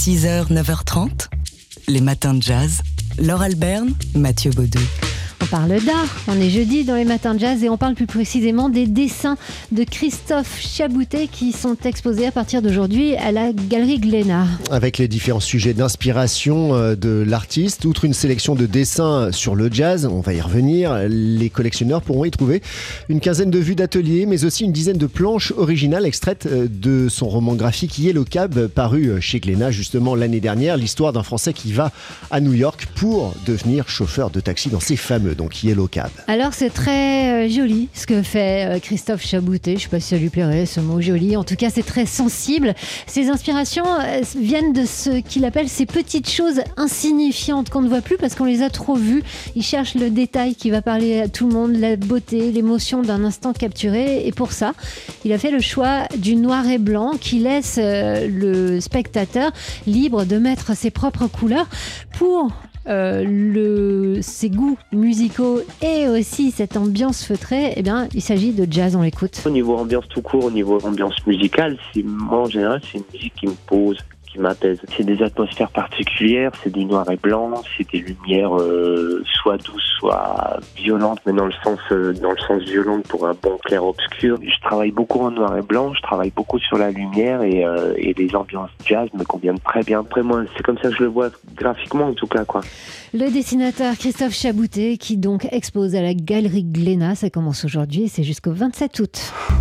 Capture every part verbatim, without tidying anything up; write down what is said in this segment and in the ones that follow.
six heures, neuf heures trente, les matins de jazz. Laure Alberne, Mathieu Baudou. On parle d'art, on est jeudi dans les matins de jazz et on parle plus précisément des dessins de Christophe Chaboutet qui sont exposés à partir d'aujourd'hui à la Galerie Glénat. Avec les différents sujets d'inspiration de l'artiste, outre une sélection de dessins sur le jazz, on va y revenir, les collectionneurs pourront y trouver une quinzaine de vues d'atelier, mais aussi une dizaine de planches originales extraites de son roman graphique Yellow Cab, paru chez Glénat justement l'année dernière, l'histoire d'un Français qui va à New York pour devenir chauffeur de taxi dans ses fameux donc Yellow Cab. Alors c'est très euh, joli ce que fait euh, Christophe Chaboutet, je ne sais pas si ça lui plairait ce mot joli, en tout cas c'est très sensible. Ses inspirations euh, viennent de ce qu'il appelle ces petites choses insignifiantes qu'on ne voit plus parce qu'on les a trop vues. Il cherche le détail qui va parler à tout le monde, la beauté, l'émotion d'un instant capturé, et pour ça il a fait le choix du noir et blanc qui laisse euh, le spectateur libre de mettre ses propres couleurs pour Euh, le, ses goûts musicaux et aussi cette ambiance feutrée. Eh bien, il s'agit de jazz, on l'écoute. Au niveau ambiance tout court, au niveau ambiance musicale, c'est, moi en général, c'est une musique qui me pose, qui m'apaise. C'est des atmosphères particulières, c'est du noir et blanc, c'est des lumières euh, soit douces, soit violentes, mais dans le sens euh, dans le sens violent pour un bon clair-obscur. Je travaille beaucoup en noir et blanc, je travaille beaucoup sur la lumière et, euh, et les ambiances jazz me conviennent très bien. Après moi, c'est comme ça que je le vois graphiquement en tout cas, quoi. Le dessinateur Christophe Chaboutet qui donc expose à la Galerie Glénat, ça commence aujourd'hui et c'est jusqu'au vingt-sept août.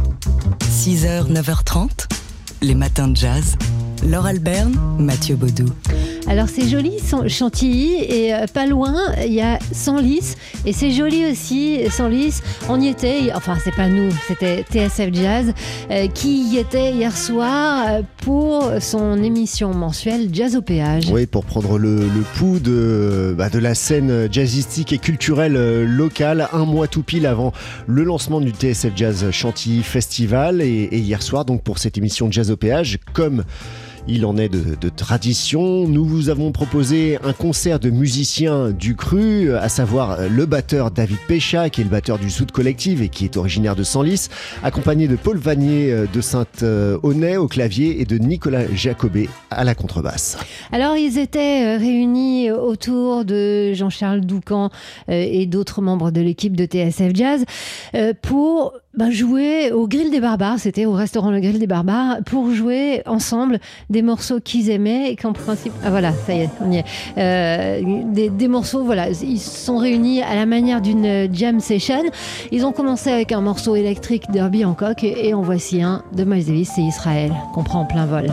six heures, neuf heures trente, les matins de jazz. Laure Alberne, Mathieu Baudou. Alors c'est joli, Chantilly, et euh, pas loin, il y a Senlis, et c'est joli aussi, Senlis. On y était, enfin c'est pas nous, c'était T S F Jazz, euh, qui y était hier soir euh, pour son émission mensuelle Jazz au péage. Oui, pour prendre le, le pouls de, bah, de la scène jazzistique et culturelle euh, locale, un mois tout pile avant le lancement du T S F Jazz Chantilly Festival, et, et hier soir, donc pour cette émission Jazz au péage, comme il en est de, de tradition, nous vous avons proposé un concert de musiciens du cru, à savoir le batteur David Pécha, qui est le batteur du Soude Collective et qui est originaire de Senlis, accompagné de Paul Vanier de Saint-Aunay au clavier et de Nicolas Jacobet à la contrebasse. Alors ils étaient réunis autour de Jean-Charles Doucan et d'autres membres de l'équipe de T S F Jazz pour bah, jouer au Grill des Barbares, c'était au restaurant Le Grill des Barbares, pour jouer ensemble des morceaux qu'ils aimaient et qu'en principe... Ah voilà, ça y est, on y est. Euh, des, des morceaux, voilà, ils se sont réunis à la manière d'une jam session. Ils ont commencé avec un morceau électrique d'Herbie Hancock et, et en voici un de Miles Davis, c'est Israël, qu'on prend en plein vol.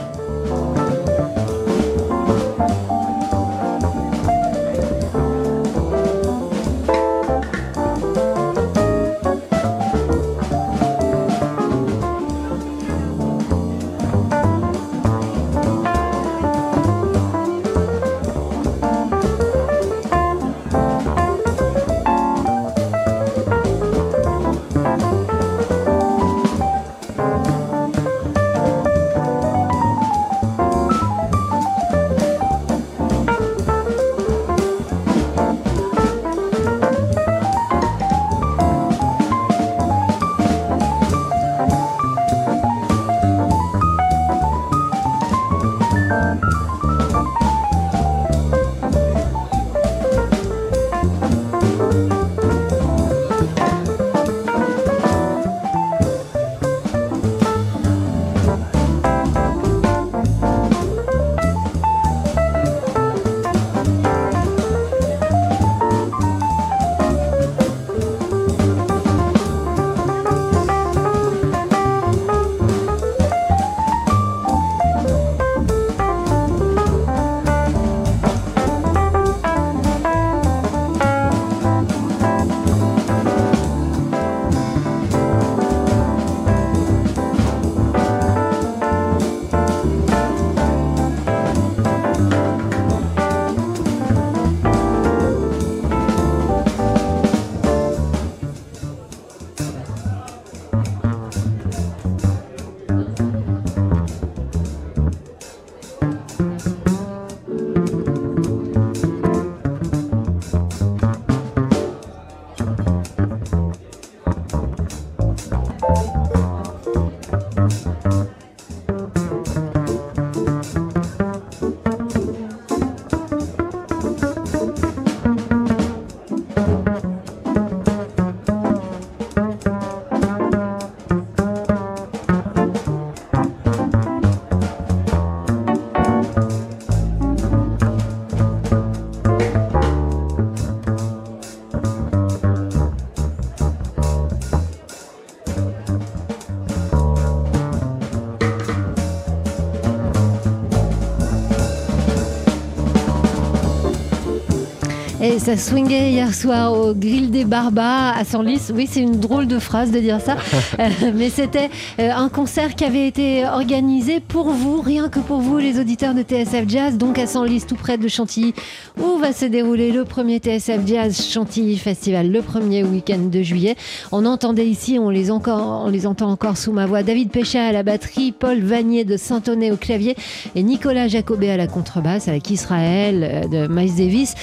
Et ça swingait hier soir au Grill des Barbas à Senlis. Oui, c'est une drôle de phrase de dire ça. euh, mais c'était euh, un concert qui avait été organisé pour vous, rien que pour vous, les auditeurs de T S F Jazz, donc à Senlis, tout près de Chantilly, où va se dérouler le premier T S F Jazz Chantilly Festival, le premier week-end de juillet. On entendait ici, on les, encore, on les entend encore sous ma voix, David Péchat à la batterie, Paul Vanier de Saint-Onet au clavier et Nicolas Jacobet à la contrebasse avec Israël de Miles Davis.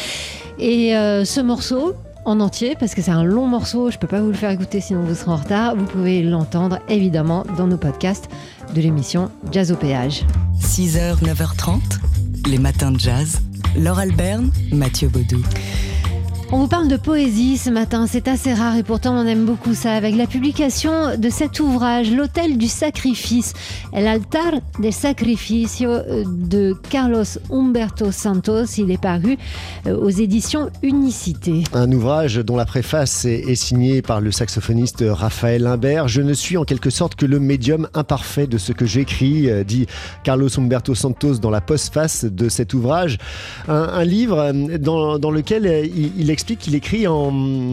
Et euh, ce morceau en entier, parce que c'est un long morceau, je ne peux pas vous le faire écouter sinon vous serez en retard, vous pouvez l'entendre évidemment dans nos podcasts de l'émission Jazz au péage. six heures, neuf heures trente, les matins de jazz. Laure Alberne, Mathieu Baudou. On vous parle de poésie ce matin, c'est assez rare et pourtant on aime beaucoup ça. Avec la publication de cet ouvrage, L'Autel du Sacrifice, El Altar del Sacrificio de Carlos Humberto Santos, il est paru aux éditions Unicité. Un ouvrage dont la préface est, est signée par le saxophoniste Raphaël Imbert. Je ne suis en quelque sorte que le médium imparfait de ce que j'écris, dit Carlos Humberto Santos dans la postface de cet ouvrage. Un, un livre dans, dans lequel il, il explique qu'il écrit en,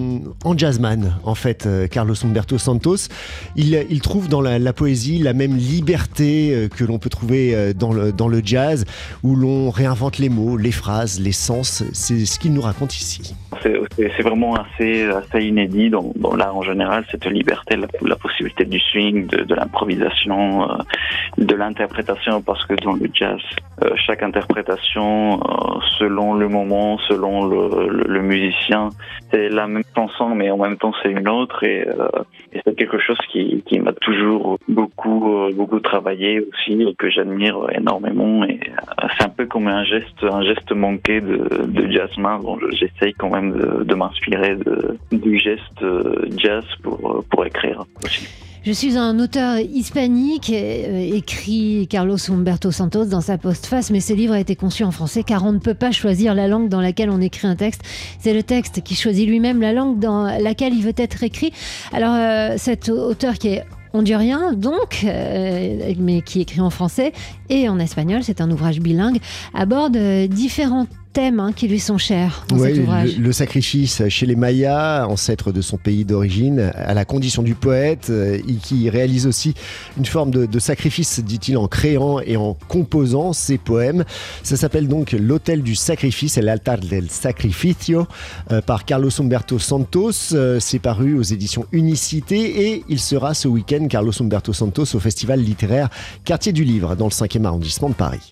en jazzman, en fait, Carlos Humberto Santos. Il, il trouve dans la, la poésie la même liberté que l'on peut trouver dans le, dans le jazz, où l'on réinvente les mots, les phrases, les sens. C'est ce qu'il nous raconte ici. C'est, c'est vraiment assez, assez inédit dans, dans l'art en général, cette liberté, la, la possibilité du swing, de, de l'improvisation, euh, de l'interprétation, parce que dans le jazz, euh, chaque interprétation, euh, selon le moment, selon le, le, le musicien, c'est la même chanson, mais en même temps c'est une autre, et, euh, et c'est quelque chose qui, qui m'a toujours beaucoup, euh, beaucoup travaillé aussi, et que j'admire énormément, et euh, c'est un peu comme un geste, un geste manqué de, de jazzman, dont j'essaye quand même de, de m'inspirer de, du geste jazz pour, pour écrire aussi. Je suis un auteur hispanique, euh, écrit Carlos Humberto Santos dans sa postface, mais ce livre a été conçu en français car on ne peut pas choisir la langue dans laquelle on écrit un texte. C'est le texte qui choisit lui-même la langue dans laquelle il veut être écrit. Alors euh, cet auteur qui est hondurien, donc, euh, mais qui écrit en français et en espagnol, c'est un ouvrage bilingue, aborde euh, différents thèmes hein, qui lui sont chers dans ouais, cet ouvrage. Le, le sacrifice chez les Mayas, ancêtres de son pays d'origine, à la condition du poète, euh, qui réalise aussi une forme de, de sacrifice, dit-il, en créant et en composant ses poèmes. Ça s'appelle donc L'Autel du Sacrifice, El Altar del Sacrificio, euh, par Carlos Humberto Santos. Euh, c'est paru aux éditions Unicité et il sera ce week-end, Carlos Humberto Santos, au festival littéraire Quartier du Livre, dans le cinquième arrondissement de Paris.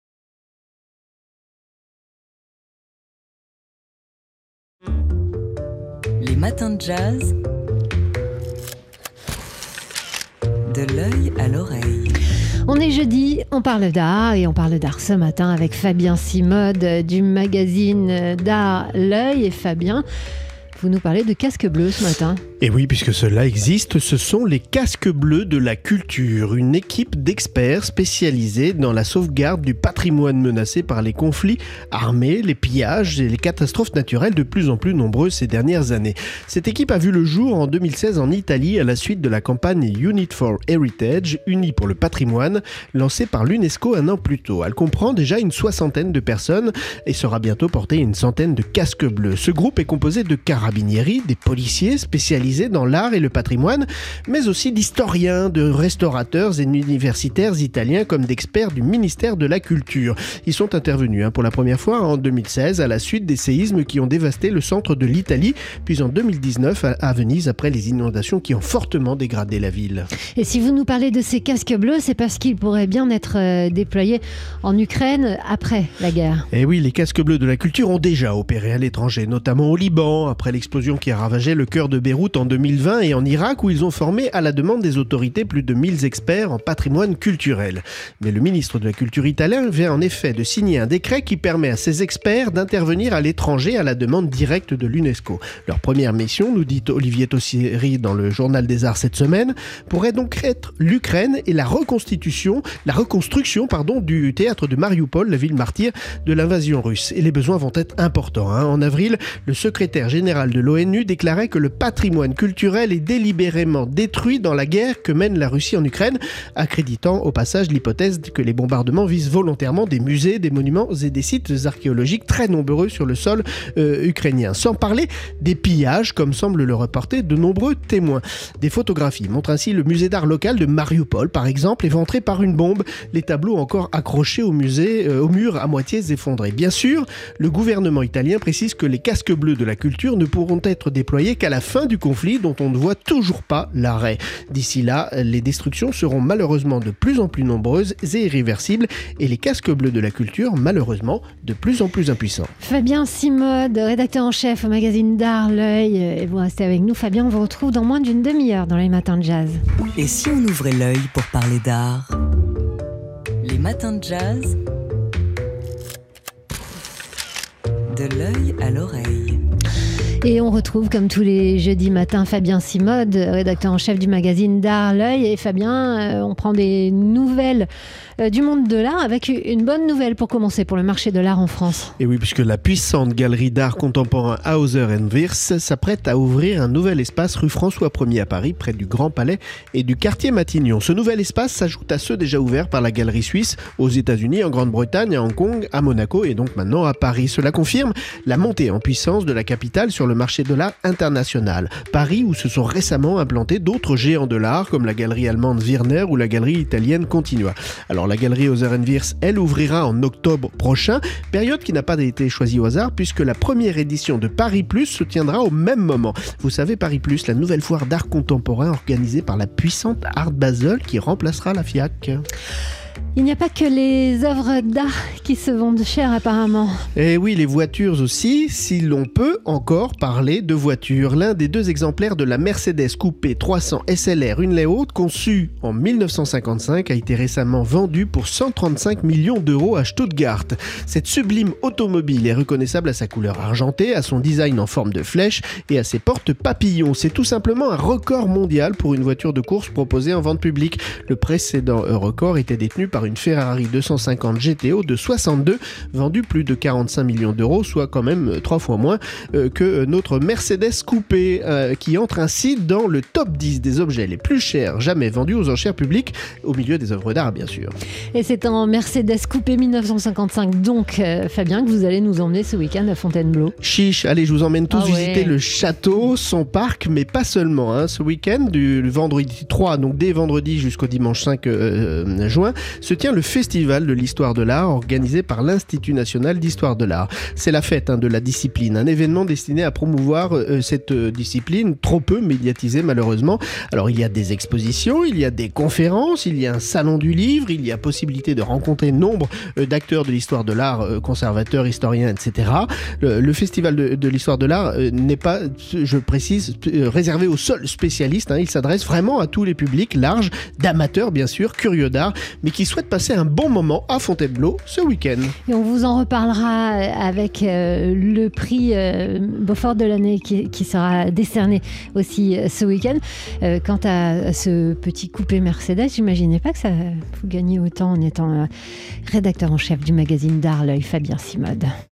Les matins de jazz, de l'œil à l'oreille. On est jeudi, on parle d'art et on parle d'art ce matin avec Fabien Simode du magazine d'art L'Œil. Et Fabien, vous nous parlez de casque bleu ce matin. Et oui, puisque cela existe, ce sont les casques bleus de la culture, une équipe d'experts spécialisés dans la sauvegarde du patrimoine menacé par les conflits armés, les pillages et les catastrophes naturelles de plus en plus nombreuses ces dernières années. Cette équipe a vu le jour en deux mille seize en Italie à la suite de la campagne Unite for Heritage, Unis pour le patrimoine, lancée par l'UNESCO un an plus tôt. Elle comprend déjà une soixantaine de personnes et sera bientôt portée une centaine de casques bleus. Ce groupe est composé de carabinieri, des policiers spécialisés dans l'art et le patrimoine, mais aussi d'historiens, de restaurateurs et d'universitaires italiens comme d'experts du ministère de la Culture. Ils sont intervenus hein, pour la première fois en deux mille seize à la suite des séismes qui ont dévasté le centre de l'Italie, puis en deux mille dix-neuf à, à Venise après les inondations qui ont fortement dégradé la ville. Et si vous nous parlez de ces casques bleus, c'est parce qu'ils pourraient bien être euh, déployés en Ukraine après la guerre. Et oui, les casques bleus de la culture ont déjà opéré à l'étranger, notamment au Liban, après l'explosion qui a ravagé le cœur de Beyrouth en deux mille vingt et en Irak où ils ont formé à la demande des autorités plus de mille experts en patrimoine culturel. Mais le ministre de la Culture italien vient en effet de signer un décret qui permet à ces experts d'intervenir à l'étranger à la demande directe de l'UNESCO. Leur première mission, nous dit Olivier Tossieri dans le Journal des Arts cette semaine, pourrait donc être l'Ukraine et la reconstitution, la reconstruction pardon, du théâtre de Mariupol, la ville martyre de l'invasion russe. Et les besoins vont être importants. Hein. En avril, le secrétaire général général de l'ONU déclarait que le patrimoine culturel est délibérément détruit dans la guerre que mène la Russie en Ukraine, accréditant au passage l'hypothèse que les bombardements visent volontairement des musées, des monuments et des sites archéologiques très nombreux sur le sol euh, ukrainien. Sans parler des pillages, comme semblent le reporter de nombreux témoins. Des photographies montrent ainsi le musée d'art local de Mariupol, par exemple, éventré par une bombe, les tableaux encore accrochés au musée, euh, au mur à moitié effondrés. Bien sûr, le gouvernement italien précise que les casques bleus de la culture ne pourront être déployés qu'à la fin du conflit, dont on ne voit toujours pas l'arrêt. D'ici là, les destructions seront malheureusement de plus en plus nombreuses et irréversibles, et les casques bleus de la culture, malheureusement, de plus en plus impuissants. Fabien Simode, rédacteur en chef au magazine d'art L'Œil, et vous restez avec nous. Fabien, on vous retrouve dans moins d'une demi-heure dans les matins de jazz. Et si on ouvrait l'œil pour parler d'art? Les matins de jazz. De l'œil à l'oreille. Et on retrouve, comme tous les jeudis matins, Fabien Simode, rédacteur en chef du magazine d'art L'Œil. Et Fabien, euh, on prend des nouvelles euh, du monde de l'art, avec une bonne nouvelle pour commencer pour le marché de l'art en France. Et oui, puisque la puissante galerie d'art contemporain Hauser and Wirth s'apprête à ouvrir un nouvel espace rue François premier à Paris, près du Grand Palais et du quartier Matignon. Ce nouvel espace s'ajoute à ceux déjà ouverts par la galerie suisse aux États-Unis, en Grande-Bretagne, à Hong Kong, à Monaco et donc maintenant à Paris. Cela confirme la montée en puissance de la capitale sur le marché de l'art international. Paris, où se sont récemment implantés d'autres géants de l'art, comme la galerie allemande Wierner ou la galerie italienne Continua. Alors la galerie Hauser and Wirth, elle, ouvrira en octobre prochain, période qui n'a pas été choisie au hasard, puisque la première édition de Paris Plus se tiendra au même moment. Vous savez, Paris Plus, la nouvelle foire d'art contemporain organisée par la puissante Art Basel, qui remplacera la FIAC. Il n'y a pas que les œuvres d'art qui se vendent cher apparemment. Et oui, les voitures aussi, si l'on peut encore parler de voitures. L'un des deux exemplaires de la Mercedes Coupé trois cents S L R, une lait haute, conçue en dix-neuf cent cinquante-cinq, a été récemment vendu pour cent trente-cinq millions d'euros à Stuttgart. Cette sublime automobile est reconnaissable à sa couleur argentée, à son design en forme de flèche et à ses portes papillons. C'est tout simplement un record mondial pour une voiture de course proposée en vente publique. Le précédent record était détenu par une Ferrari deux cent cinquante G T O de soixante-deux, vendue plus de quarante-cinq millions d'euros, soit quand même trois fois moins euh, que notre Mercedes Coupé, euh, qui entre ainsi dans le top dix des objets les plus chers jamais vendus aux enchères publiques, au milieu des œuvres d'art bien sûr. Et c'est en Mercedes Coupé dix-neuf cent cinquantacinq donc, euh, Fabien, que vous allez nous emmener ce week-end à Fontainebleau. Chiche, allez, je vous emmène tous ah visiter ouais. le château, son parc, mais pas seulement. Hein. Ce week-end, du vendredi trois, donc dès vendredi jusqu'au dimanche cinq euh, juin, se tient le Festival de l'Histoire de l'Art, organisé par l'Institut National d'Histoire de l'Art. C'est la fête hein, de la discipline, un événement destiné à promouvoir euh, cette euh, discipline, trop peu médiatisée malheureusement. Alors il y a des expositions, il y a des conférences, il y a un salon du livre, il y a possibilité de rencontrer nombre euh, d'acteurs de l'histoire de l'art, euh, conservateurs, historiens, et cetera. Le, le Festival de, de l'Histoire de l'Art euh, n'est pas, je précise, euh, réservé aux seuls spécialistes. Hein. Il s'adresse vraiment à tous les publics larges, d'amateurs bien sûr, curieux d'art, mais qui souhaitent passer un bon moment à Fontainebleau ce week-end. Et on vous en reparlera avec euh, le prix euh, Beaufort de l'année qui, qui sera décerné aussi euh, ce week-end. Euh, quant à ce petit coupé Mercedes, j'imaginais pas que ça vous gagnait autant en étant euh, rédacteur en chef du magazine d'art L'Œil, Fabien Simode.